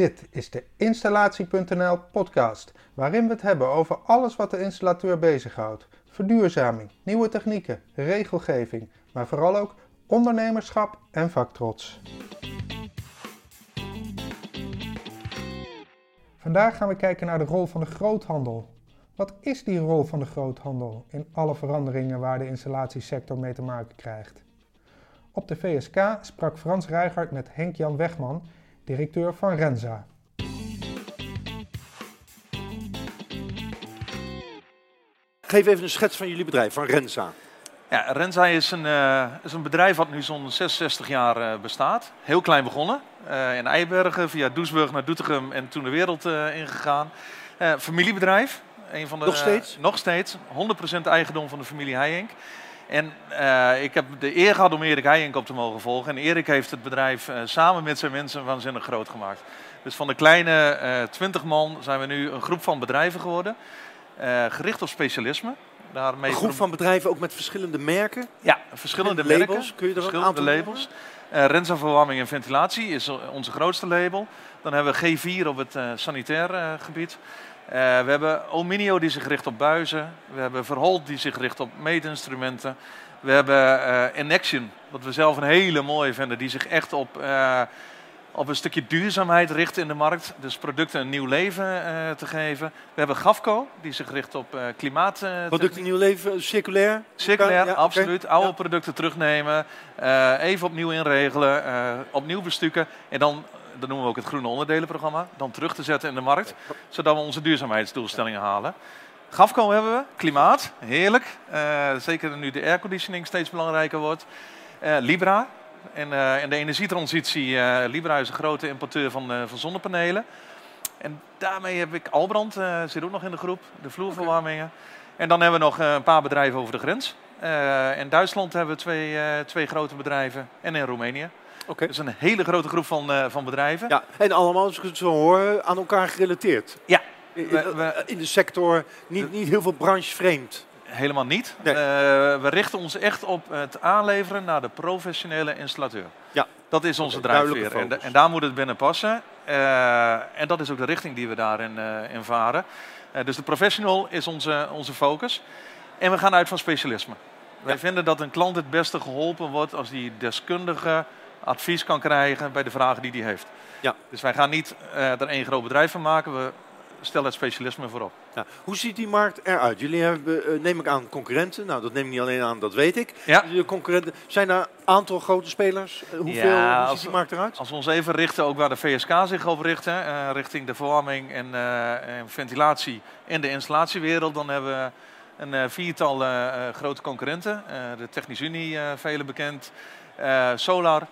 Dit is de Installatie.nl podcast, waarin we het hebben over alles wat de installateur bezighoudt. Verduurzaming, nieuwe technieken, regelgeving, maar vooral ook ondernemerschap en vaktrots. Vandaag gaan we kijken naar de rol van de groothandel. Wat is die rol van de groothandel in alle veranderingen waar de installatiesector mee te maken krijgt? Op de VSK sprak Frans Ruijgaard met Henk-Jan Wegman, directeur van Renza. Geef even een schets van jullie bedrijf, van Renza. Ja, Renza is een bedrijf wat nu zo'n 66 jaar bestaat. Heel klein begonnen. In Eibergen, via Doesburg naar Doetinchem en toen de wereld ingegaan. Familiebedrijf. Een van de, Nog steeds? Nog steeds. 100% eigendom van de familie Heijink. En ik heb de eer gehad om Erik Heijink op te mogen volgen. En Erik heeft het bedrijf samen met zijn mensen waanzinnig groot gemaakt. Dus van de kleine 20 man zijn we nu een groep van bedrijven geworden. Gericht op specialisme. Een groep van bedrijven ook met verschillende merken? Ja, verschillende labels. merken. Kun je er verschillende een aantal labels. Renza Verwarming en Ventilatie is onze grootste label. Dan hebben we G4 op het sanitair gebied. We hebben Ominio die zich richt op buizen. We hebben Verholt die zich richt op meetinstrumenten. We hebben Enection, wat we zelf een hele mooie vinden, die zich echt op een stukje duurzaamheid richt in de markt. Dus producten een nieuw leven te geven. We hebben Gafco, die zich richt op klimaat. Producten nieuw leven, circulair? Circulair, ja, absoluut. Okay. Oude producten terugnemen, even opnieuw inregelen, opnieuw bestukken. En dan, dat noemen we ook het groene onderdelenprogramma, dan terug te zetten in de markt. Zodat we onze duurzaamheidsdoelstellingen halen. Gafco hebben we, klimaat, heerlijk. Zeker nu de airconditioning steeds belangrijker wordt. Libra. En de energietransitie, Libra is een grote importeur van zonnepanelen. En daarmee heb ik Albrand, zit ook nog in de groep, de vloerverwarmingen. En dan hebben we nog een paar bedrijven over de grens. In Duitsland hebben we twee grote bedrijven en in Roemenië. Okay. Dus een hele grote groep van bedrijven. Ja, en allemaal, als ik het zo hoor, aan elkaar gerelateerd. Ja. In de sector niet heel veel branchevreemd. Helemaal niet. Nee. We richten ons echt op het aanleveren naar de professionele installateur. Ja. Dat is onze drijfveer. En daar moet het binnen passen. En dat is ook de richting die we daarin in varen. Dus de professional is onze focus. En we gaan uit van specialisme. Wij vinden dat een klant het beste geholpen wordt als hij deskundige advies kan krijgen bij de vragen die hij heeft. Ja. Dus wij gaan niet er één groot bedrijf van maken. We stellen het specialisme voorop. Ja. Hoe ziet die markt eruit? Jullie hebben, neem ik aan, concurrenten. Nou, dat neem ik niet alleen aan, dat weet ik. Ja. De concurrenten, zijn er een aantal grote spelers? Hoe ziet die markt eruit? Als we ons even richten, ook waar de VSK zich op richt, richting de verwarming en ventilatie in de installatiewereld, dan hebben we een viertal grote concurrenten. De Technische Unie, velen bekend. Solar,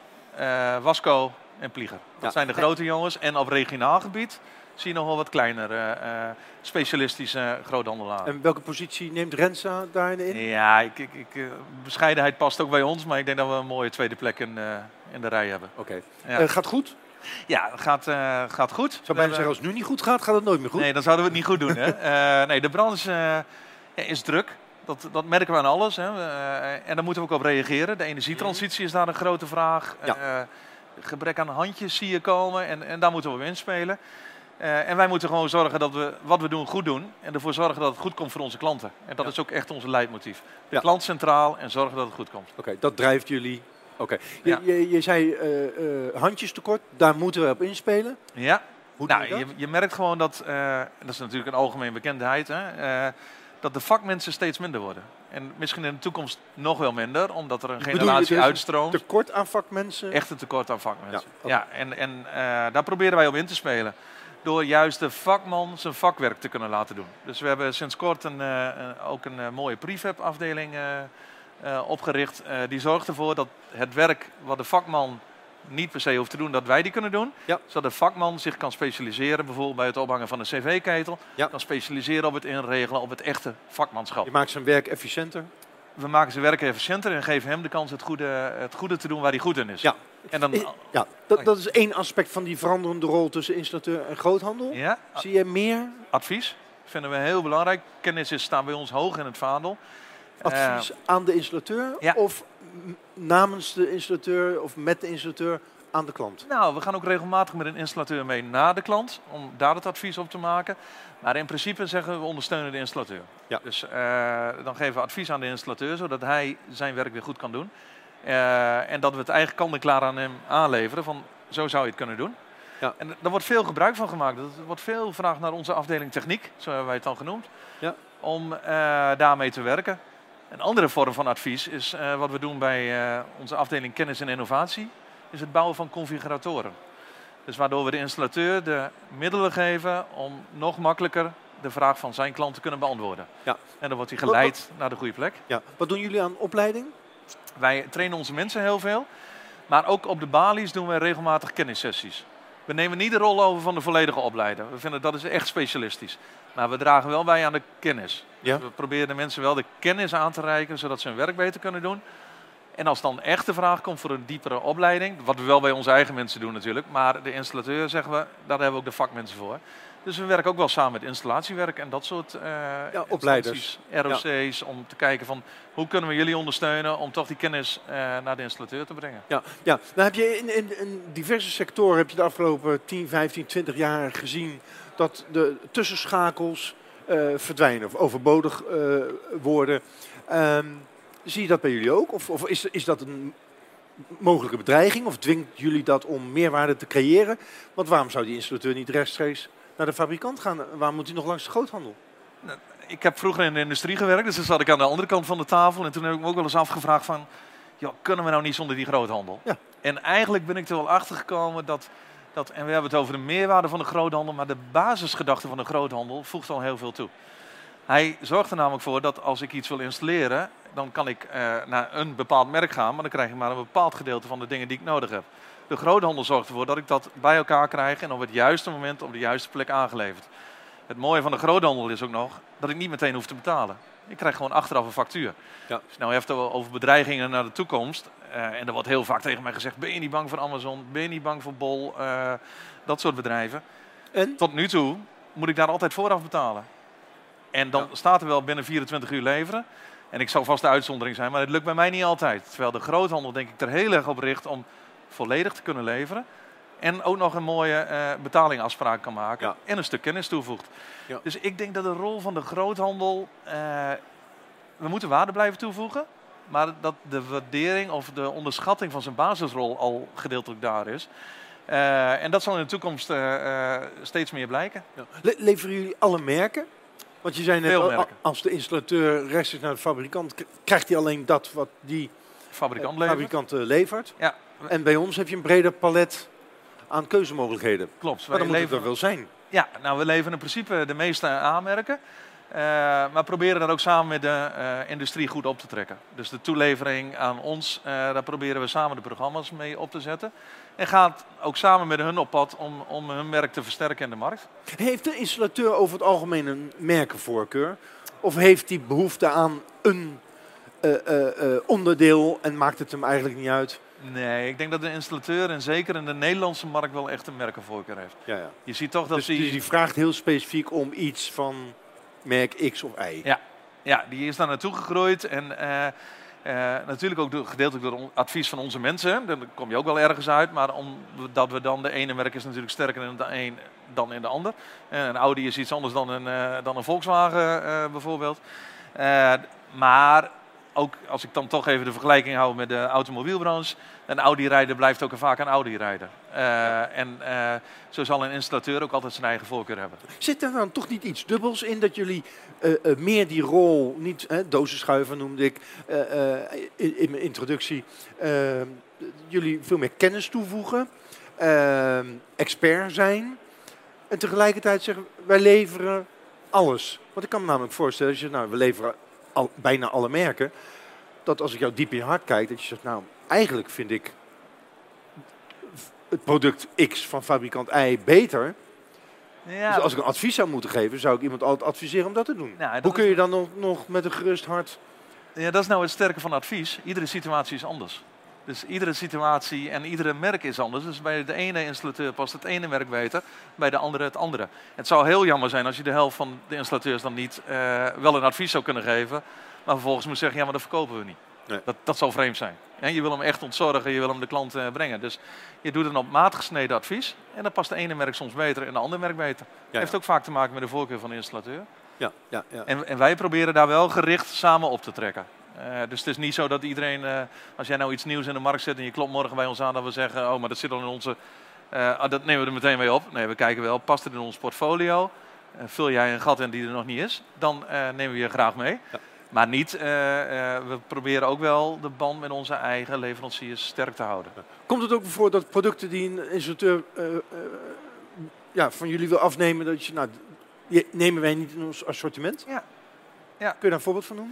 Wasco en Plieger. Dat zijn de grote jongens. En op regionaal gebied zie je nog wel wat kleinere specialistische groothandelaren. En welke positie neemt Renza daarin in? Ja, bescheidenheid past ook bij ons, maar ik denk dat we een mooie tweede plek in de rij hebben. Oké. Ja. Gaat goed? Ja, gaat goed. Zou bijna zeggen, als het nu niet goed gaat, gaat het nooit meer goed? Nee, dan zouden we het niet goed doen. Hè? Nee, de branche is druk. Dat merken we aan alles. Hè? En daar moeten we ook op reageren. De energietransitie is daar een grote vraag. Ja. Gebrek aan handjes zie je komen en daar moeten we op inspelen. En wij moeten gewoon zorgen dat we wat we doen goed doen. En ervoor zorgen dat het goed komt voor onze klanten. En dat is ook echt onze leidmotief. De klant centraal en zorgen dat het goed komt. Oké, dat drijft jullie. Oké. Ja. Je zei handjes tekort, daar moeten we op inspelen. Ja, Hoe je merkt gewoon dat is natuurlijk een algemeen bekendheid, hè, dat de vakmensen steeds minder worden. En misschien in de toekomst nog wel minder, omdat er een generatie dus uitstroomt. Tekort aan vakmensen? Echt een tekort aan vakmensen. Ja, okay. En daar proberen wij op in te spelen. Door juist de vakman zijn vakwerk te kunnen laten doen. Dus we hebben sinds kort ook een mooie prefab afdeling opgericht. Die zorgt ervoor dat het werk wat de vakman niet per se hoeft te doen, dat wij die kunnen doen. Ja. Zodat de vakman zich kan specialiseren, bijvoorbeeld bij het ophangen van een cv-ketel. Ja. Kan specialiseren op het inregelen, op het echte vakmanschap. Je maakt zijn werk efficiënter. We maken zijn werk efficiënter en geven hem de kans het goede te doen waar hij goed in is. Ja. En dan, Dat is één aspect van die veranderende rol tussen installateur en groothandel. Ja. Zie je meer? Advies vinden we heel belangrijk. Kennis staan bij ons hoog in het vaandel. Advies aan de installateur? Ja. Of namens de installateur of met de installateur aan de klant? Nou, we gaan ook regelmatig met een installateur mee naar de klant, om daar het advies op te maken. Maar in principe zeggen we ondersteunen de installateur. Ja. Dus dan geven we advies aan de installateur, zodat hij zijn werk weer goed kan doen. En dat we het eigenlijk kant-en-klaar aan hem aanleveren, van zo zou je het kunnen doen. Ja. En daar wordt veel gebruik van gemaakt. Er wordt veel gevraagd naar onze afdeling techniek, zo hebben wij het dan genoemd, Ja. om daarmee te werken. Een andere vorm van advies is wat we doen bij onze afdeling kennis en innovatie, is het bouwen van configuratoren. Dus waardoor we de installateur de middelen geven om nog makkelijker de vraag van zijn klant te kunnen beantwoorden. Ja. En dan wordt hij geleid naar de goede plek. Ja. Wat doen jullie aan opleiding? Wij trainen onze mensen heel veel, maar ook op de balies doen we regelmatig kennissessies. We nemen niet de rol over van de volledige opleider. We vinden dat is echt specialistisch. Maar we dragen wel bij aan de kennis. Ja. Dus we proberen de mensen wel de kennis aan te reiken, zodat ze hun werk beter kunnen doen. En als dan echt de vraag komt voor een diepere opleiding, wat we wel bij onze eigen mensen doen natuurlijk, maar de installateur zeggen we, daar hebben we ook de vakmensen voor. Dus we werken ook wel samen met installatiewerk en dat soort opleiders. ROC's, om te kijken van hoe kunnen we jullie ondersteunen om toch die kennis naar de installateur te brengen. Ja. Nou heb je in diverse sectoren heb je de afgelopen 10, 15, 20 jaar gezien dat de tussenschakels verdwijnen of overbodig worden. Zie je dat bij jullie ook? Of is dat een mogelijke bedreiging? Of dwingt jullie dat om meerwaarde te creëren? Want waarom zou die installateur niet rechtstreeks naar de fabrikant gaan? Waarom moet hij nog langs de groothandel? Ik heb vroeger in de industrie gewerkt, dus dan zat ik aan de andere kant van de tafel. En toen heb ik me ook wel eens afgevraagd van, joh, kunnen we nou niet zonder die groothandel? Ja. En eigenlijk ben ik er wel achter gekomen dat, en we hebben het over de meerwaarde van de groothandel, maar de basisgedachte van de groothandel voegt al heel veel toe. Hij zorgt er namelijk voor dat als ik iets wil installeren, dan kan ik naar een bepaald merk gaan, maar dan krijg ik maar een bepaald gedeelte van de dingen die ik nodig heb. De groothandel zorgt ervoor dat ik dat bij elkaar krijg en op het juiste moment op de juiste plek aangeleverd. Het mooie van de groothandel is ook nog dat ik niet meteen hoef te betalen. Ik krijg gewoon achteraf een factuur. Ja. Als je nou heeft over bedreigingen naar de toekomst, en er wordt heel vaak tegen mij gezegd, ben je niet bang voor Amazon, ben je niet bang voor Bol, dat soort bedrijven. En? Tot nu toe moet ik daar altijd vooraf betalen. En dan staat er wel binnen 24 uur leveren. En ik zal vast de uitzondering zijn, maar het lukt bij mij niet altijd. Terwijl de groothandel denk ik er heel erg op richt om volledig te kunnen leveren. En ook nog een mooie betalingafspraak kan maken. Ja. En een stuk kennis toevoegt. Ja. Dus ik denk dat de rol van de groothandel, we moeten waarde blijven toevoegen. Maar dat de waardering of de onderschatting van zijn basisrol al gedeeltelijk daar is. En dat zal in de toekomst steeds meer blijken. Ja. Leveren jullie alle merken? Want je zei net, Veel merken. als de installateur rechtstreeks naar de fabrikant, krijgt hij alleen dat wat die Fabrikant levert. levert. Ja, En bij ons heb je een breder palet aan keuzemogelijkheden. klopt. Maar dan moet het leveren- er wel zijn. Ja, nou we leveren in principe de meeste aanmerken. Maar proberen dat ook samen met de industrie goed op te trekken. Dus de toelevering aan ons, daar proberen we samen de programma's mee op te zetten. En gaat ook samen met hun op pad om hun merk te versterken in de markt. Heeft de installateur over het algemeen een merkenvoorkeur? Of heeft hij behoefte aan een onderdeel en maakt het hem eigenlijk niet uit? Nee, ik denk dat de installateur en zeker in de Nederlandse markt wel echt een merkenvoorkeur heeft. Ja. Je ziet toch dat Dus die vraagt heel specifiek om iets van merk X of Y. Ja, die is daar naartoe gegroeid en natuurlijk ook gedeeltelijk door advies van onze mensen. Daar kom je ook wel ergens uit, maar omdat we dan de ene merk is natuurlijk sterker in de een dan in de ander. Een Audi is iets anders dan een Volkswagen bijvoorbeeld. Maar ook als ik dan toch even de vergelijking hou met de automobielbranche, een Audi-rijder blijft ook vaak een Audi-rijder. En zo zal een installateur ook altijd zijn eigen voorkeur hebben. Zit er dan toch niet iets dubbels in dat jullie meer die rol, niet dozenschuiver noemde ik in mijn introductie, jullie veel meer kennis toevoegen, expert zijn en tegelijkertijd zeggen wij leveren alles. Want ik kan me namelijk voorstellen, als je we leveren bijna alle merken, dat als ik jou diep in je hart kijk, dat je zegt, nou, eigenlijk vind ik het product X van fabrikant Y beter. Ja, Dus als ik een advies zou moeten geven, zou ik iemand altijd adviseren om dat te doen. Ja, dat Hoe kun is- je dan nog met een gerust hart... Ja, dat is nou het sterke van advies. Iedere situatie is anders. Dus iedere situatie en iedere merk is anders. Dus bij de ene installateur past het ene merk beter, bij de andere het andere. Het zou heel jammer zijn als je de helft van de installateurs dan niet wel een advies zou kunnen geven, maar vervolgens moet zeggen, ja, maar dat verkopen we niet. Nee. Dat zou vreemd zijn. En je wil hem echt ontzorgen, je wil hem de klant brengen. Dus je doet een op maat gesneden advies. En dan past de ene merk soms beter en de andere merk beter. Ja. Heeft ook vaak te maken met de voorkeur van de installateur. Ja. En wij proberen daar wel gericht samen op te trekken. Dus het is niet zo dat iedereen, als jij nou iets nieuws in de markt zet en je klopt morgen bij ons aan, dat we zeggen, oh, maar dat zit al in onze, dat nemen we er meteen mee op. Nee, we kijken wel, past het in ons portfolio? Vul jij een gat in die er nog niet is, dan nemen we je graag mee. Ja. Maar niet, we proberen ook wel de band met onze eigen leveranciers sterk te houden. Komt het ook voor dat producten die een installateur van jullie wil afnemen, dat je, nou, die nemen wij niet in ons assortiment? Ja. Kun je daar een voorbeeld van noemen?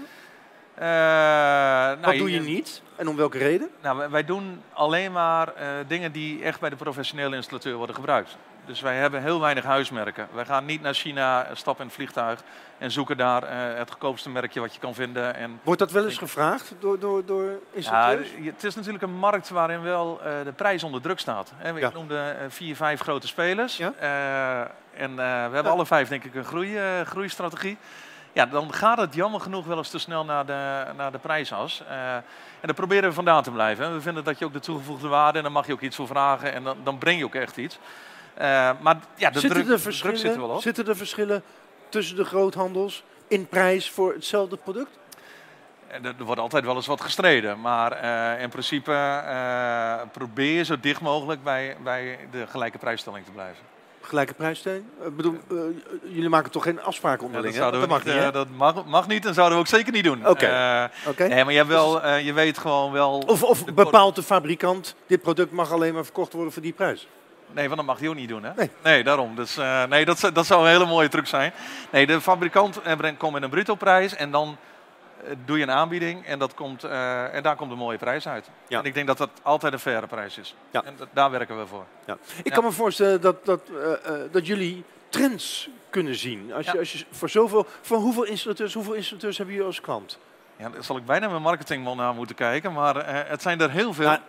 Wat doe je niet en om welke reden? Nou, wij doen alleen maar dingen die echt bij de professionele installateur worden gebruikt. Dus wij hebben heel weinig huismerken. Wij gaan niet naar China, stappen in het vliegtuig en zoeken daar het goedkoopste merkje wat je kan vinden. En wordt dat wel eens gevraagd door installateurs? Ja, het is natuurlijk een markt waarin wel de prijs onder druk staat. Ik noemde 4, 5 grote spelers. Ja? En we hebben alle 5 denk ik een groeistrategie. Ja, dan gaat het jammer genoeg wel eens te snel naar de prijsas. En daar proberen we vandaan te blijven. Hè. We vinden dat je ook de toegevoegde waarde, en dan mag je ook iets voor vragen en dan breng je ook echt iets. Maar ja, de druk zit er wel op. Zitten er verschillen tussen de groothandels in prijs voor hetzelfde product? Er wordt altijd wel eens wat gestreden, maar in principe probeer je zo dicht mogelijk bij de gelijke prijsstelling te blijven. Gelijke prijsstelling? Ik bedoel, jullie maken toch geen afspraken onderling? Ja, dat mag niet en zouden we ook zeker niet doen. Oké. Nee, maar je weet gewoon wel... Of bepaalt de fabrikant, dit product mag alleen maar verkocht worden voor die prijs? Nee, want dat mag hij ook niet doen, hè? Nee, daarom. Dus dat zou een hele mooie truc zijn. Nee, de fabrikant komt met een bruto prijs en dan doe je een aanbieding en daar komt een mooie prijs uit. Ja. En ik denk dat dat altijd een faire prijs is. Ja. En daar werken we voor. Ja. Ik kan me voorstellen dat jullie trends kunnen zien. Als je voor hoeveel installateurs hebben jullie als klant? Ja, daar zal ik bijna mijn marketingman naar moeten kijken, maar het zijn er heel veel.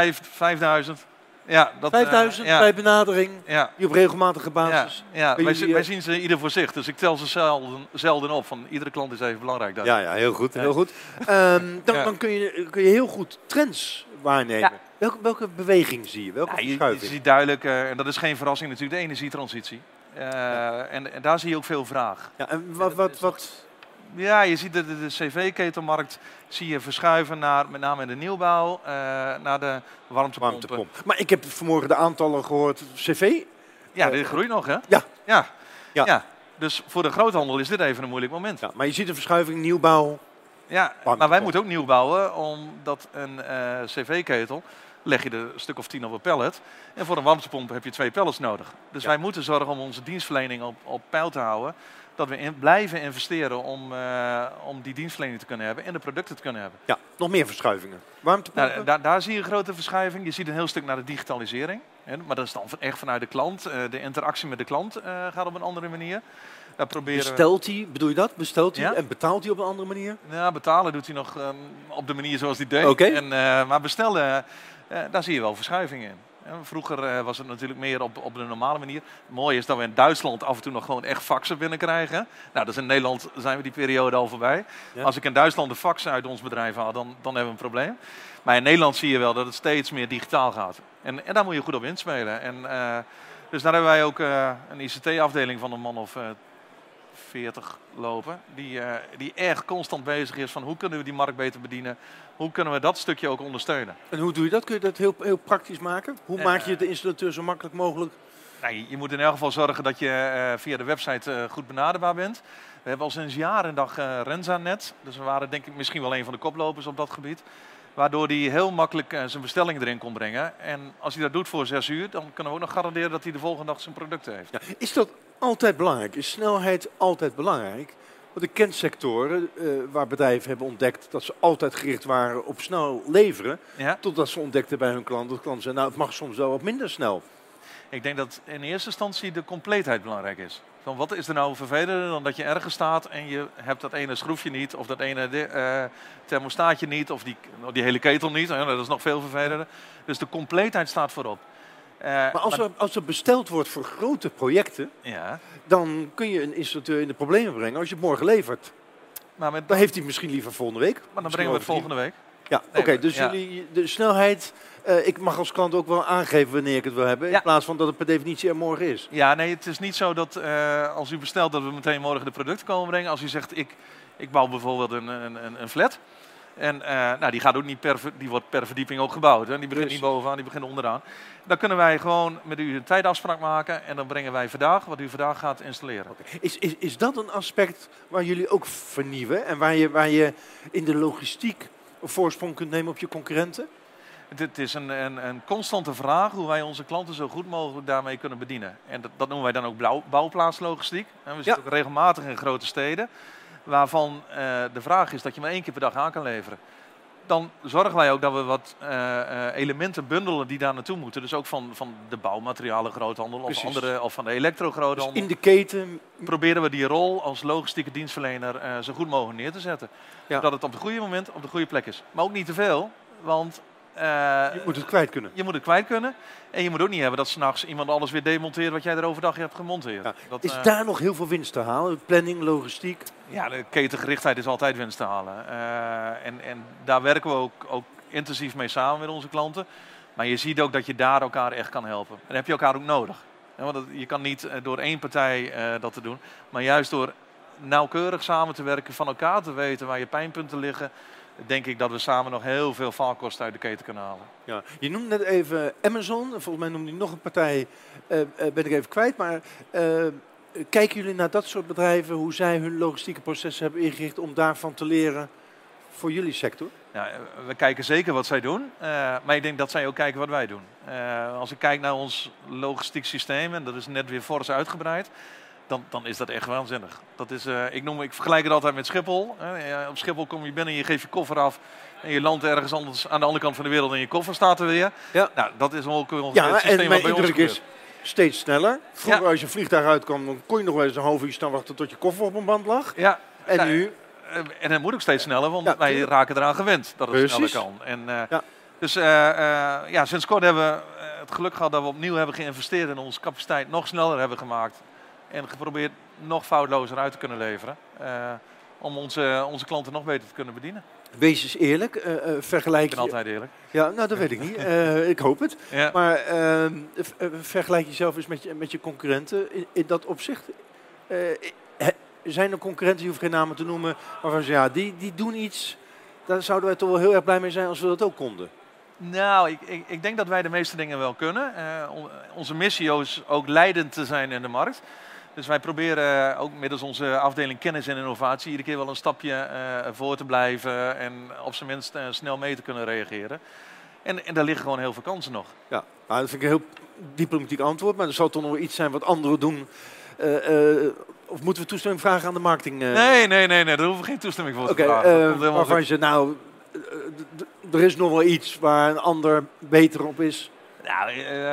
5000. Ja, 5000 bij benadering, die op regelmatige basis. Ja. Wij zien ze ieder voor zich, dus ik tel ze zelden op. Van iedere klant is even belangrijk. Ja, heel goed. Heel goed. Dan kun je heel goed trends waarnemen. Ja. Welke beweging zie je? Welke verschuiving? Je ziet duidelijk, en dat is geen verrassing natuurlijk, de energietransitie. En daar zie je ook veel vraag. Ja, en wat? Ja, je ziet de cv-ketelmarkt zie je verschuiven naar met name in de nieuwbouw, naar de warmtepomp. Maar ik heb vanmorgen de aantallen gehoord, cv? Ja, dit groeit nog, hè? Ja. Dus voor de groothandel is dit even een moeilijk moment. Ja, maar je ziet een verschuiving, nieuwbouw. Ja, maar wij moeten ook nieuw bouwen, omdat een cv-ketel leg je er een stuk of 10 op een pallet. En voor een warmtepomp heb je 2 pallets nodig. Dus wij moeten zorgen om onze dienstverlening op peil te houden. Dat we blijven investeren om die dienstverlening te kunnen hebben en de producten te kunnen hebben. Ja, nog meer verschuivingen. Warmtepompen? Nou, daar zie je een grote verschuiving. Je ziet een heel stuk naar de digitalisering. Maar dat is dan echt vanuit de klant. De interactie met de klant gaat op een andere manier. Bestelt hij, bedoel je dat? Bestelt hij en betaalt hij op een andere manier? Ja, betalen doet hij nog op de manier zoals hij deed. Okay. Maar bestellen, daar zie je wel verschuivingen in. Vroeger was het natuurlijk meer op de normale manier. Het mooie is dat we in Duitsland af en toe nog gewoon echt faxen binnenkrijgen. Nou, dus in Nederland zijn we die periode al voorbij. Ja. Als ik in Duitsland de fax uit ons bedrijf haal, dan hebben we een probleem. Maar in Nederland zie je wel dat het steeds meer digitaal gaat. En daar moet je goed op inspelen. Dus daar hebben wij ook een ICT-afdeling van een man of 40 lopen. Die echt constant bezig is van hoe kunnen we die markt beter bedienen. Hoe kunnen we dat stukje ook ondersteunen? En hoe doe je dat? Kun je dat heel praktisch maken? Hoe maak je de installateur zo makkelijk mogelijk? Nou, je moet in elk geval zorgen dat je via de website goed benaderbaar bent. We hebben al sinds jaar en dag Renza-net. Dus we waren denk ik misschien wel een van de koplopers op dat gebied. Waardoor hij heel makkelijk zijn bestelling erin kon brengen. En als hij dat doet voor 6 uur, dan kunnen we ook nog garanderen dat hij de volgende dag zijn producten heeft. Ja, is dat altijd belangrijk? Is snelheid altijd belangrijk? Want ik ken sectoren waar bedrijven hebben ontdekt dat ze altijd gericht waren op snel leveren. Ja. Totdat ze ontdekten bij hun klant dat klanten zeiden, nou het mag soms wel wat minder snel. Ik denk dat in eerste instantie de compleetheid belangrijk is. Van wat is er nou vervelender dan dat je ergens staat en je hebt dat ene schroefje niet, of dat ene thermostaatje niet, of die hele ketel niet. Dat is nog veel vervelender. Dus de compleetheid staat voorop. Maar als er besteld wordt voor grote projecten, dan kun je een installateur in de problemen brengen als je het morgen levert. Dan heeft hij misschien liever volgende week. Maar dan brengen we het volgende week. Ja, Nee, oké, dus ja. jullie, de snelheid, ik mag als klant ook wel aangeven wanneer ik het wil hebben, Ja. in plaats van dat het per definitie er morgen is. Ja, nee, het is niet zo dat als u bestelt dat we meteen morgen de producten komen brengen. Als u zegt, ik bouw bijvoorbeeld een flat. En nou, die gaat ook niet die wordt per verdieping ook gebouwd. Hè. Die begint niet bovenaan, die begint onderaan. Dan kunnen wij gewoon met u een tijdafspraak maken. En dan brengen wij vandaag wat u vandaag gaat installeren. Is dat een aspect waar jullie ook vernieuwen en waar je in de logistiek een voorsprong kunt nemen op je concurrenten? Het is een constante vraag hoe wij onze klanten zo goed mogelijk daarmee kunnen bedienen. En dat noemen wij dan ook bouwplaatslogistiek. En we zitten ook regelmatig in grote steden, waarvan de vraag is dat je maar 1 keer per dag aan kan leveren. Dan zorgen wij ook dat we wat elementen bundelen die daar naartoe moeten. Dus ook van de bouwmaterialen groothandel of van de elektro-groothandel. Dus in de keten proberen we die rol als logistieke dienstverlener zo goed mogelijk neer te zetten. Ja. Zodat het op het goede moment op de goede plek is. Maar ook niet te veel, want je moet het kwijt kunnen. je moet het kwijt kunnen. En je moet ook niet hebben dat 's nachts iemand alles weer demonteert wat jij er overdag hebt gemonteerd. Ja. Dat, Is daar nog heel veel winst te halen? Planning, logistiek? Ja, de ketengerichtheid is altijd winst te halen. En daar werken we ook intensief mee samen met onze klanten. Maar je ziet ook dat je daar elkaar echt kan helpen. En dan heb je elkaar ook nodig. Ja, want je kan niet door één partij dat te doen. Maar juist door nauwkeurig samen te werken, van elkaar te weten waar je pijnpunten liggen, denk ik dat we samen nog heel veel faalkosten uit de keten kunnen halen. Ja. Je noemde net even Amazon. Volgens mij noemde je nog een partij. Ben ik even kwijt. Maar kijken jullie naar dat soort bedrijven, hoe zij hun logistieke processen hebben ingericht om daarvan te leren voor jullie sector? Ja, we kijken zeker wat zij doen, maar ik denk dat zij ook kijken wat wij doen. Als ik kijk naar ons logistiek systeem, en dat is net weer fors uitgebreid, dan is dat echt waanzinnig. Dat is, ik vergelijk het altijd met Schiphol. Op Schiphol kom je binnen, je geeft je koffer af en je landt ergens anders aan de andere kant van de wereld en je koffer staat er weer. Ja. Nou, dat is ook het Ja, systeem en wat mijn bij ons indruk is gebeurt. steeds sneller. Vroeger als je een vliegtuig uitkwam, dan kon je nog wel eens een half uur staan wachten tot je koffer op een band lag. Ja, En nou, nu? En het moet ook steeds sneller, want Ja, wij tuurlijk. raken eraan gewend dat het Precies. sneller kan. En, Ja. Dus sinds kort hebben we het geluk gehad dat we opnieuw hebben geïnvesteerd en onze capaciteit nog sneller hebben gemaakt. En geprobeerd nog foutlozer uit te kunnen leveren. Om onze klanten nog beter te kunnen bedienen. Wees eens eerlijk. Vergelijk Ik ben je... altijd eerlijk. Ja, nou dat weet ik niet. Ik hoop het. Ja. Maar vergelijk jezelf eens met je concurrenten in dat opzicht. Zijn er concurrenten, je hoeft geen namen te noemen, waarvan ze ja, die doen iets. Daar zouden wij toch wel heel erg blij mee zijn als we dat ook konden. Nou, ik denk dat wij de meeste dingen wel kunnen. Onze missie is ook leidend te zijn in de markt. Dus wij proberen ook middels onze afdeling kennis en innovatie iedere keer wel een stapje voor te blijven en op zijn minst snel mee te kunnen reageren. En daar liggen gewoon heel veel kansen nog. Ja, nou, dat vind ik een heel diplomatiek antwoord, maar er zal toch nog wel iets zijn wat anderen doen. Of moeten we toestemming vragen aan de marketing? Nee, daar hoeven we geen toestemming voor te Oké, vragen. Dat komt helemaal waarvan goed. je nou, er is nog wel iets waar een ander beter op is. Nou,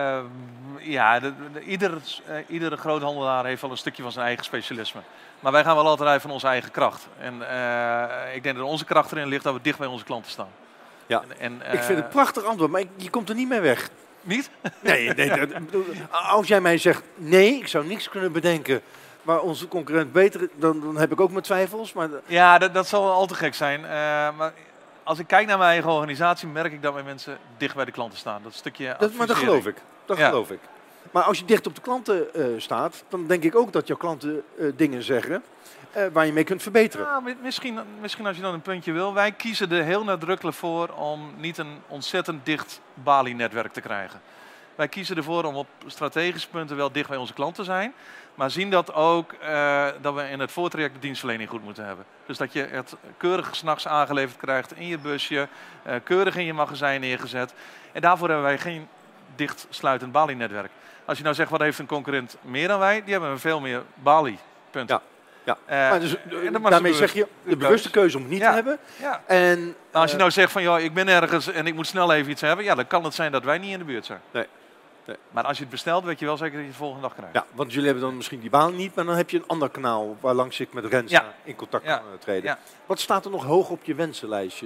iedere groothandelaar heeft wel een stukje van zijn eigen specialisme. Maar wij gaan wel altijd uit van onze eigen kracht. En ik denk dat onze kracht erin ligt dat we dicht bij onze klanten staan. Ja. Ik vind het een prachtig antwoord, maar je komt er niet mee weg. Niet? Nee, als jij mij zegt nee, ik zou niks kunnen bedenken waar onze concurrent beter is, dan heb ik ook mijn twijfels. Maar Ja, dat zal al te gek zijn. Maar als ik kijk naar mijn eigen organisatie, merk ik dat mijn mensen dicht bij de klanten staan. Dat stukje maar dat advisering. geloof ik. Dat Ja. geloof ik. Maar als je dicht op de klanten staat, dan denk ik ook dat jouw klanten dingen zeggen waar je mee kunt verbeteren. Ja, misschien als je dan een puntje wil. Wij kiezen er heel nadrukkelijk voor om niet een ontzettend dicht Bali-netwerk te krijgen. Wij kiezen ervoor om op strategische punten wel dicht bij onze klanten te zijn. Maar zien dat ook dat we in het voortraject de dienstverlening goed moeten hebben. Dus dat je het keurig 's nachts aangeleverd krijgt in je busje. Keurig in je magazijn neergezet. En daarvoor hebben wij geen dicht sluitend Bali-netwerk. Als je nou zegt, wat heeft een concurrent meer dan wij? Die hebben veel meer Bali-punten. Ja. Ja. Maar Maar dus, daarmee zeg je de bewuste keuze om het niet te hebben. Ja. En, Als je nou zegt van, ik ben ergens en ik moet snel even iets hebben. Ja, dan kan het zijn dat wij niet in de buurt zijn. Nee. Maar als je het bestelt, weet je wel zeker dat je het de volgende dag krijgt. Ja, want jullie hebben dan misschien die baan niet, maar dan heb je een ander kanaal waar langs ik met Rensa in contact kan treden. Ja. Wat staat er nog hoog op je wensenlijstje?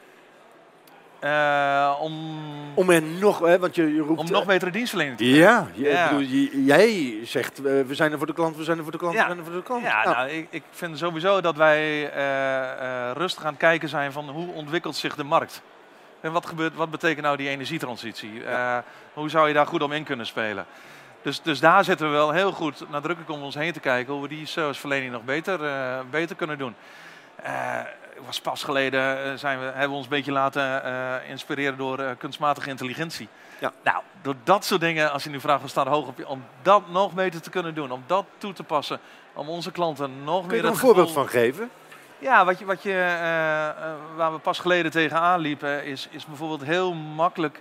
Om er nog, want je roept... Om nog betere dienstverlening te krijgen. Ja, ik bedoel, jij zegt we zijn er voor de klant, we zijn er voor de klant, we zijn er voor de klant. Ja, nou, ik vind sowieso dat wij rustig aan het kijken zijn van hoe ontwikkelt zich de markt. En wat betekent nou die energietransitie? Hoe zou je daar goed om in kunnen spelen? Dus daar zitten we wel heel goed nadrukkelijk om ons heen te kijken hoe we die serviceverlening nog beter kunnen doen. Was pas geleden hebben we ons een beetje laten inspireren door kunstmatige intelligentie. Ja. Nou, door dat soort dingen, als je nu vraagt, we staan hoog op je, om dat nog beter te kunnen doen, om dat toe te passen, om onze klanten nog Kun je meer er een voorbeeld van geven? Ja, waar we pas geleden tegenaan liepen, is bijvoorbeeld heel makkelijk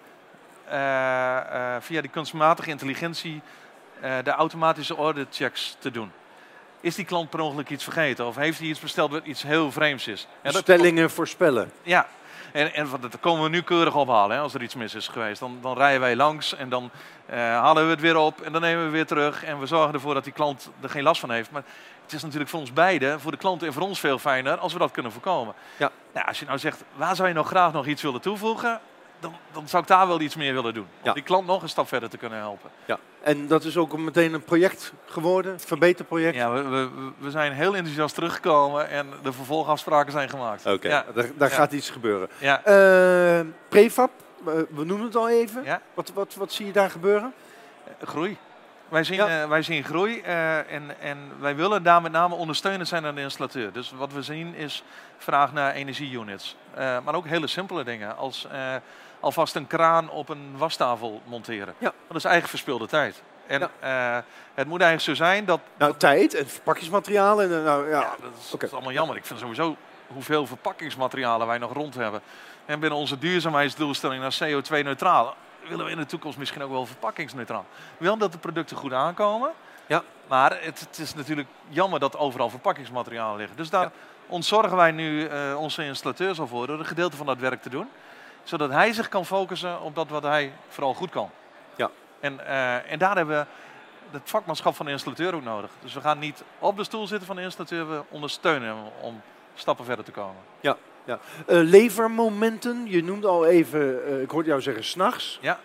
via die kunstmatige intelligentie de automatische orderchecks te doen. Is die klant per ongeluk iets vergeten? Of heeft hij iets besteld wat iets heel vreemds is? Bestellingen voorspellen. Ja, en dat komen we nu keurig ophalen. Hè, als er iets mis is geweest. Dan rijden wij langs en dan halen we het weer op. En dan nemen we weer terug. En we zorgen ervoor dat die klant er geen last van heeft. Maar het is natuurlijk voor ons beiden, voor de klant en voor ons veel fijner als we dat kunnen voorkomen. Ja. Nou, als je nou zegt, waar zou je nou graag nog iets willen toevoegen? Dan zou ik daar wel iets meer willen doen. Om die klant nog een stap verder te kunnen helpen. Ja. En dat is ook meteen een project geworden, een verbeterproject? Ja, we zijn heel enthousiast teruggekomen en de vervolgafspraken zijn gemaakt. Oké, ja. daar gaat iets gebeuren. Ja. Prefab, we noemen het al even. Ja. Wat zie je daar gebeuren? Groei. Wij zien groei en wij willen daar met name ondersteunend zijn aan de installateur. Dus wat we zien is vraag naar energieunits. Maar ook hele simpele dingen als alvast een kraan op een wastafel monteren. Ja. Dat is eigenlijk verspilde tijd. En het moet eigenlijk zo zijn dat... tijd en verpakkingsmaterialen. Dat is allemaal jammer. Ik vind sowieso hoeveel verpakkingsmaterialen wij nog rond hebben. En binnen onze duurzaamheidsdoelstelling naar CO2-neutraal... willen we in de toekomst misschien ook wel verpakkingsneutraal. Wel dat de producten goed aankomen. Ja. Maar het is natuurlijk jammer dat overal verpakkingsmaterialen liggen. Dus daar ontzorgen wij nu onze installateurs al voor door een gedeelte van dat werk te doen. Zodat hij zich kan focussen op dat wat hij vooral goed kan. Ja. En daar hebben we het vakmanschap van de installateur ook nodig. Dus we gaan niet op de stoel zitten van de installateur. We ondersteunen hem om stappen verder te komen. Ja. Ja. Levermomenten, je noemde al even, ik hoorde jou zeggen 's nachts. Ja.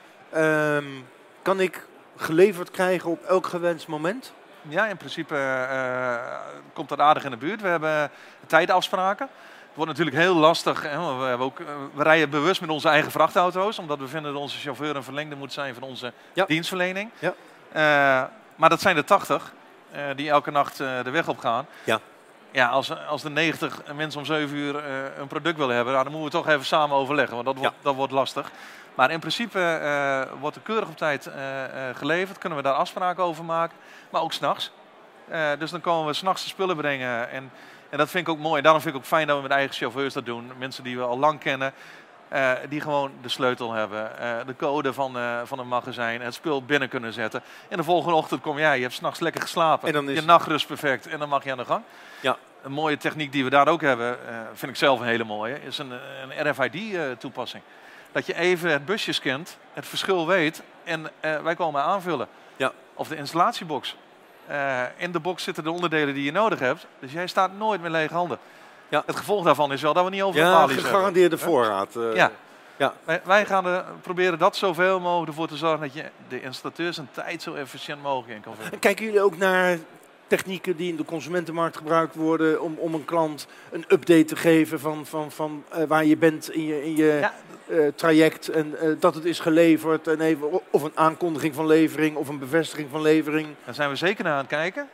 Kan ik geleverd krijgen op elk gewenst moment? Ja, in principe komt dat aardig in de buurt. We hebben tijdafspraken. Het wordt natuurlijk heel lastig. Hè? We rijden bewust met onze eigen vrachtauto's, omdat we vinden dat onze chauffeur een verlengde moet zijn van onze dienstverlening. Ja. Maar dat zijn er 80 die elke nacht de weg op gaan. Ja. Ja, als de 90 mensen om 7 uur een product willen hebben, dan moeten we toch even samen overleggen, want dat wordt lastig. Maar in principe wordt er keurig op tijd geleverd, kunnen we daar afspraken over maken, maar ook 's nachts. Dus dan komen we 's nachts de spullen brengen en dat vind ik ook mooi. Daarom vind ik ook fijn dat we met eigen chauffeurs dat doen. Mensen die we al lang kennen, die gewoon de sleutel hebben, de code van een magazijn, het spul binnen kunnen zetten. En de volgende ochtend kom jij, je hebt 's nachts lekker geslapen, en dan is je nachtrust perfect en dan mag je aan de gang. Ja. Een mooie techniek die we daar ook hebben, vind ik zelf een hele mooie, is een RFID-toepassing. Dat je even het busje scant, het verschil weet en wij komen aanvullen. Ja. Of de installatiebox. In de box zitten de onderdelen die je nodig hebt, dus jij staat nooit met lege handen. Ja. Het gevolg daarvan is wel dat we niet over de palies hebben. Gegarandeerde voorraad. Ja. Wij gaan proberen dat zoveel mogelijk ervoor te zorgen dat je de installateurs een tijd zo efficiënt mogelijk in kan vullen. En kijken jullie ook naar technieken die in de consumentenmarkt gebruikt worden om een klant een update te geven van waar je bent in je traject en dat het is geleverd en even, of een aankondiging van levering of een bevestiging van levering? Daar zijn we zeker naar aan het kijken.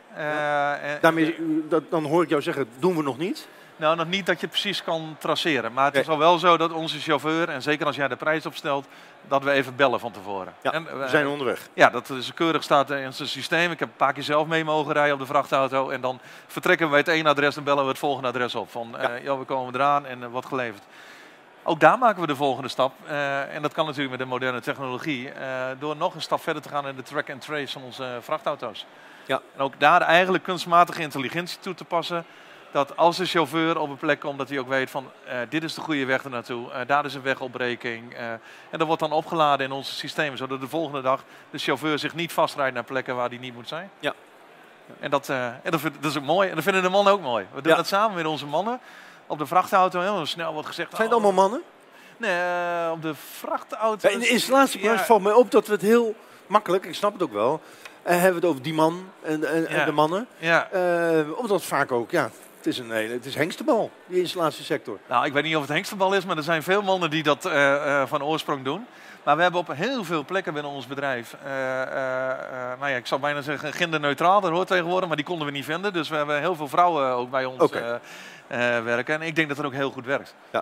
Dan hoor ik jou zeggen, doen we nog niet. Nou, nog niet dat je het precies kan traceren. Maar het is al wel zo dat onze chauffeur, en zeker als jij de prijs opstelt, dat we even bellen van tevoren. Ja, we zijn onderweg. Ja, dat is keurig staat in zijn systeem. Ik heb een paar keer zelf mee mogen rijden op de vrachtauto. En dan vertrekken we bij het ene adres en bellen we het volgende adres op. Van, we komen eraan en wordt geleverd. Ook daar maken we de volgende stap. En dat kan natuurlijk met de moderne technologie. Door nog een stap verder te gaan in de track and trace van onze vrachtauto's. Ja. En ook daar eigenlijk kunstmatige intelligentie toe te passen. Dat als de chauffeur op een plek komt, dat hij ook weet van dit is de goede weg ernaartoe. Daar is een wegopbreking. En dat wordt dan opgeladen in onze systemen. Zodat de volgende dag de chauffeur zich niet vastrijdt naar plekken waar hij niet moet zijn. Ja. En dat is ook mooi. En dat vinden de mannen ook mooi. We doen dat samen met onze mannen. Op de vrachtauto heel snel wordt gezegd. Zijn het allemaal mannen? Nee, op de vrachtauto. In de installatiebranche valt mij op dat we het heel makkelijk, ik snap het ook wel, hebben we het over die man en de mannen. Ja. Omdat vaak ook, Het is hengstebal, die installatiesector. Nou, ik weet niet of het hengstebal is, maar er zijn veel mannen die dat van oorsprong doen. Maar we hebben op heel veel plekken binnen ons bedrijf, nou ja, ik zou bijna zeggen genderneutraal, dat hoort tegenwoordig, maar die konden we niet vinden. Dus we hebben heel veel vrouwen ook bij ons werken. En ik denk dat het ook heel goed werkt. Ja.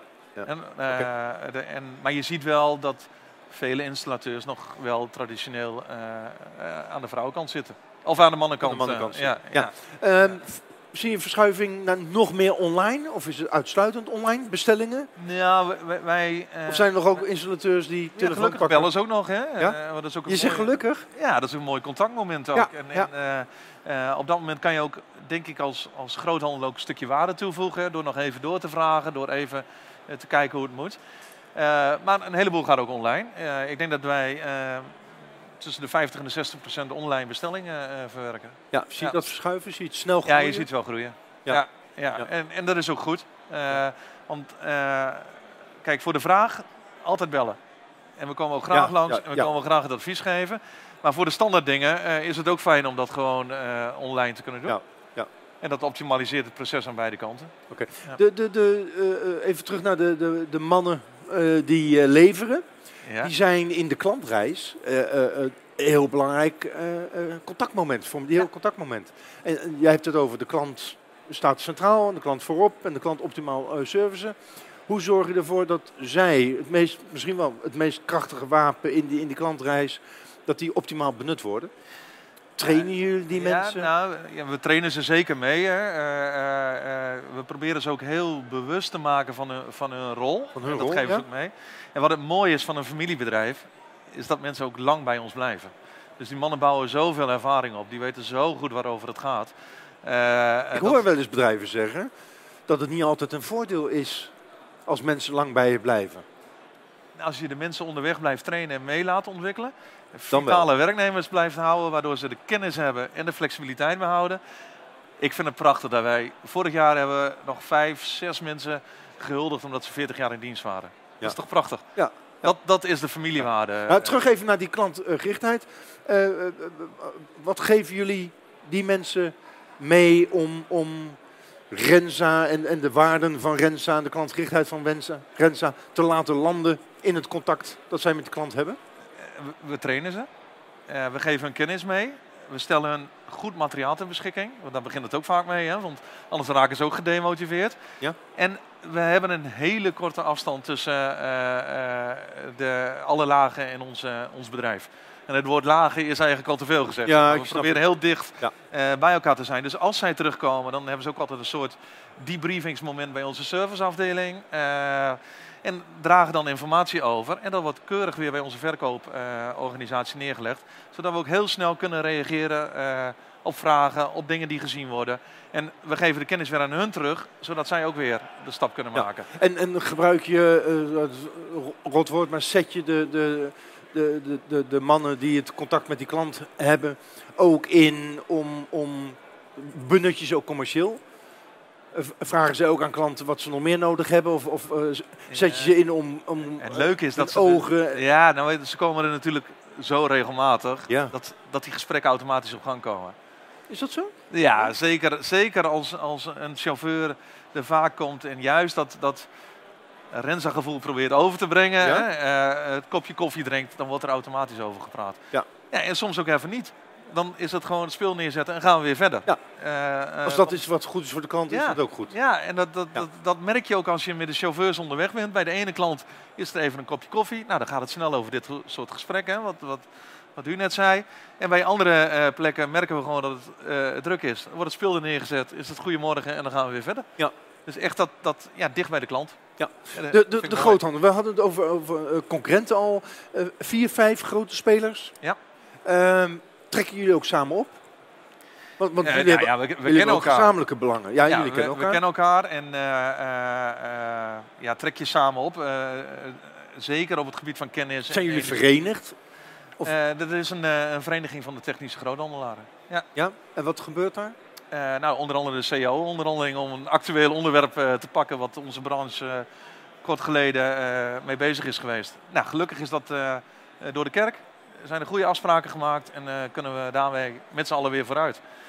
Maar je ziet wel dat vele installateurs nog wel traditioneel aan de vrouwenkant zitten. Of aan de mannenkant. Ja. Zie je een verschuiving naar nog meer online? Of is het uitsluitend online bestellingen? Ja, wij... of zijn er nog ook installateurs die telefoon gelukkig pakken? bellen ze ook nog. Hè? Ja? Dat is ook Je zegt gelukkig? Ja, dat is een mooi contactmoment ook. Ja, Op dat moment kan je ook, denk ik, als groothandel ook een stukje waarde toevoegen. Hè, door nog even door te vragen, door even te kijken hoe het moet. Maar een heleboel gaat ook online. Ik denk dat wij tussen de 50 en de 60% online bestellingen verwerken. Ja, zie je dat verschuiven? Zie je het snel groeien? Ja, je ziet het wel groeien. Ja. En dat is ook goed. Want kijk, voor de vraag altijd bellen. En we komen ook graag langs en we komen graag het advies geven. Maar voor de standaard dingen is het ook fijn om dat gewoon online te kunnen doen. Ja. En dat optimaliseert het proces aan beide kanten. Oké. Ja. Even terug naar de mannen die leveren. Ja. Die zijn in de klantreis heel belangrijk contactmoment. Voor een heel contactmoment. En jij hebt het over de klant staat centraal en de klant voorop en de klant optimaal servicen. Hoe zorg je ervoor dat zij, misschien wel het meest krachtige wapen in die klantreis, dat die optimaal benut worden? Trainen jullie die mensen? Nou, we trainen ze zeker mee. Hè. We proberen ze ook heel bewust te maken van hun rol. Dat geven ze ook mee. En wat het mooie is van een familiebedrijf, is dat mensen ook lang bij ons blijven. Dus die mannen bouwen zoveel ervaring op. Die weten zo goed waarover het gaat. Ik hoor wel eens bedrijven zeggen dat het niet altijd een voordeel is als mensen lang bij je blijven. Als je de mensen onderweg blijft trainen en mee laat ontwikkelen, vitale werknemers blijft houden, waardoor ze de kennis hebben en de flexibiliteit behouden. Ik vind het prachtig dat wij, vorig jaar hebben we nog 5, 6 mensen gehuldigd omdat ze 40 jaar in dienst waren. Ja. Dat is toch prachtig? Ja. Dat is de familiewaarde. Nou, terug even naar die klantgerichtheid. Wat geven jullie die mensen mee om Rensa en de waarden van Rensa en de klantgerichtheid van Rensa te laten landen in het contact dat zij met de klant hebben? We trainen ze. We geven hun kennis mee. We stellen hun goed materiaal ter beschikking. Want daar begint het ook vaak mee. Hè? Want anders raken ze ook gedemotiveerd. Ja. En we hebben een hele korte afstand tussen alle lagen in ons bedrijf. En het woord lagen is eigenlijk al te veel gezegd. Ja, we proberen heel dicht bij elkaar te zijn. Dus als zij terugkomen, dan hebben ze ook altijd een soort debriefingsmoment bij onze serviceafdeling. En dragen dan informatie over. En dat wordt keurig weer bij onze verkooporganisatie neergelegd. Zodat we ook heel snel kunnen reageren op vragen, op dingen die gezien worden. En we geven de kennis weer aan hun terug, zodat zij ook weer de stap kunnen maken. En gebruik je, rotwoord, maar zet je de mannen die het contact met die klant hebben ook in om benut je ze ook commercieel? Vragen ze ook aan klanten wat ze nog meer nodig hebben? Of zet je ze in om het leuke is dat ze ogen... ze komen er natuurlijk zo regelmatig dat die gesprekken automatisch op gang komen. Is dat zo? Ja, zeker als een chauffeur er vaak komt en juist dat Rensa-gevoel probeert over te brengen, het kopje koffie drinkt, dan wordt er automatisch over gepraat. Ja, en soms ook even niet. Dan is het gewoon het speel neerzetten en gaan we weer verder. Ja. Als dat is wat goed is voor de klant, is dat ook goed. Ja, en dat merk je ook als je met de chauffeurs onderweg bent. Bij de ene klant is er even een kopje koffie. Nou, dan gaat het snel over dit soort gesprekken, wat u net zei. En bij andere plekken merken we gewoon dat het druk is. Dan wordt het speel er neergezet, is het goedemorgen en dan gaan we weer verder. Ja. Dus echt dat dicht bij de klant. Ja. De groothandel, we hadden het over concurrenten al. 4, 5 grote spelers. Ja. Trekken jullie ook samen op? Want we kennen elkaar. Gezamenlijke belangen. Ja, jullie kennen elkaar. We kennen elkaar en trek je samen op. Zeker op het gebied van kennis. Zijn jullie verenigd? Dat is een vereniging van de technische groothandelaren. Ja, en wat gebeurt daar? Onder andere de CO-onderhandeling om een actueel onderwerp te pakken wat onze branche kort geleden mee bezig is geweest. Nou, gelukkig is dat door de kerk. Er zijn er goede afspraken gemaakt en kunnen we daarmee met z'n allen weer vooruit. Ja.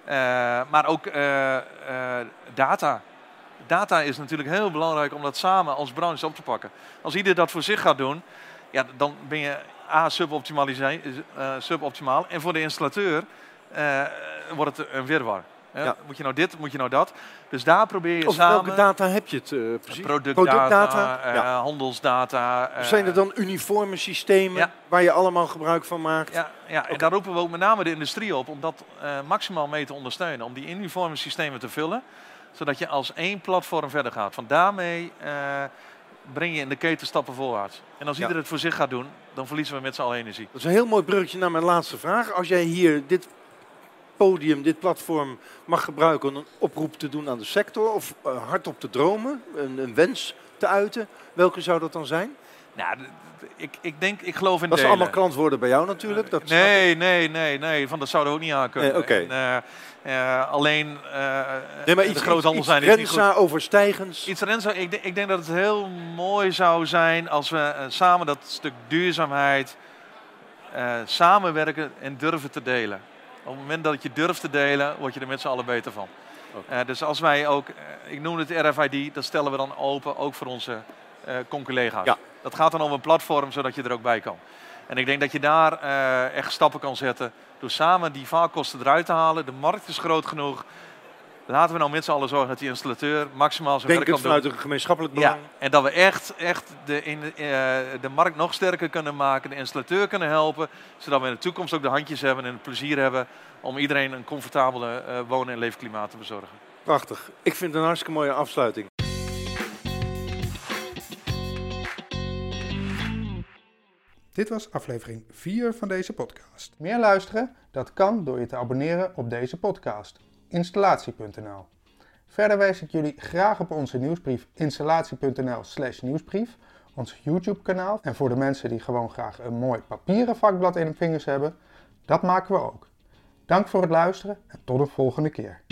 Maar ook data. Data is natuurlijk heel belangrijk om dat samen als branche op te pakken. Als ieder dat voor zich gaat doen, ja, dan ben je suboptimaal. En voor de installateur wordt het een wirwar. Ja. Moet je nou dit, moet je nou dat? Dus daar probeer je samen... welke data heb je het precies? Productdata, handelsdata. Zijn er dan uniforme systemen waar je allemaal gebruik van maakt? Ja, okay. En daar roepen we ook met name de industrie op om dat maximaal mee te ondersteunen. Om die uniforme systemen te vullen, zodat je als één platform verder gaat. Van daarmee breng je in de keten stappen voorwaarts. En als iedereen het voor zich gaat doen, dan verliezen we met z'n allen energie. Dat is een heel mooi bruggetje naar mijn laatste vraag. Als jij hier dit podium, dit platform mag gebruiken om een oproep te doen aan de sector of hardop te dromen, een wens te uiten, welke zou dat dan zijn? Nou, ik geloof in dat zijn allemaal klantwoorden bij jou natuurlijk. Dat nee, van dat zouden we ook niet aan kunnen. Alleen maar iets, de groothandel zijn is niet goed. Overstijgens. Ik denk dat het heel mooi zou zijn als we samen dat stuk duurzaamheid samenwerken en durven te delen. Op het moment dat je durft te delen, word je er met z'n allen beter van. Dus als wij ook, ik noem het RFID, dat stellen we dan open, ook voor onze collega's. Ja. Dat gaat dan om een platform, zodat je er ook bij kan. En ik denk dat je daar echt stappen kan zetten door samen die vaarkosten eruit te halen. De markt is groot genoeg. Laten we nou met z'n allen zorgen dat die installateur maximaal zijn werk kan doen. Vanuit een gemeenschappelijk belang. Ja, en dat we echt de markt nog sterker kunnen maken, de installateur kunnen helpen, zodat we in de toekomst ook de handjes hebben en het plezier hebben om iedereen een comfortabele wonen- en leefklimaat te bezorgen. Prachtig. Ik vind het een hartstikke mooie afsluiting. Dit was aflevering 4 van deze podcast. Meer luisteren? Dat kan door je te abonneren op deze podcast. Installatie.nl. Verder wijs ik jullie graag op onze nieuwsbrief installatie.nl/nieuwsbrief, ons YouTube kanaal. En voor de mensen die gewoon graag een mooi papieren vakblad in hun vingers hebben, dat maken we ook. Dank voor het luisteren en tot de volgende keer.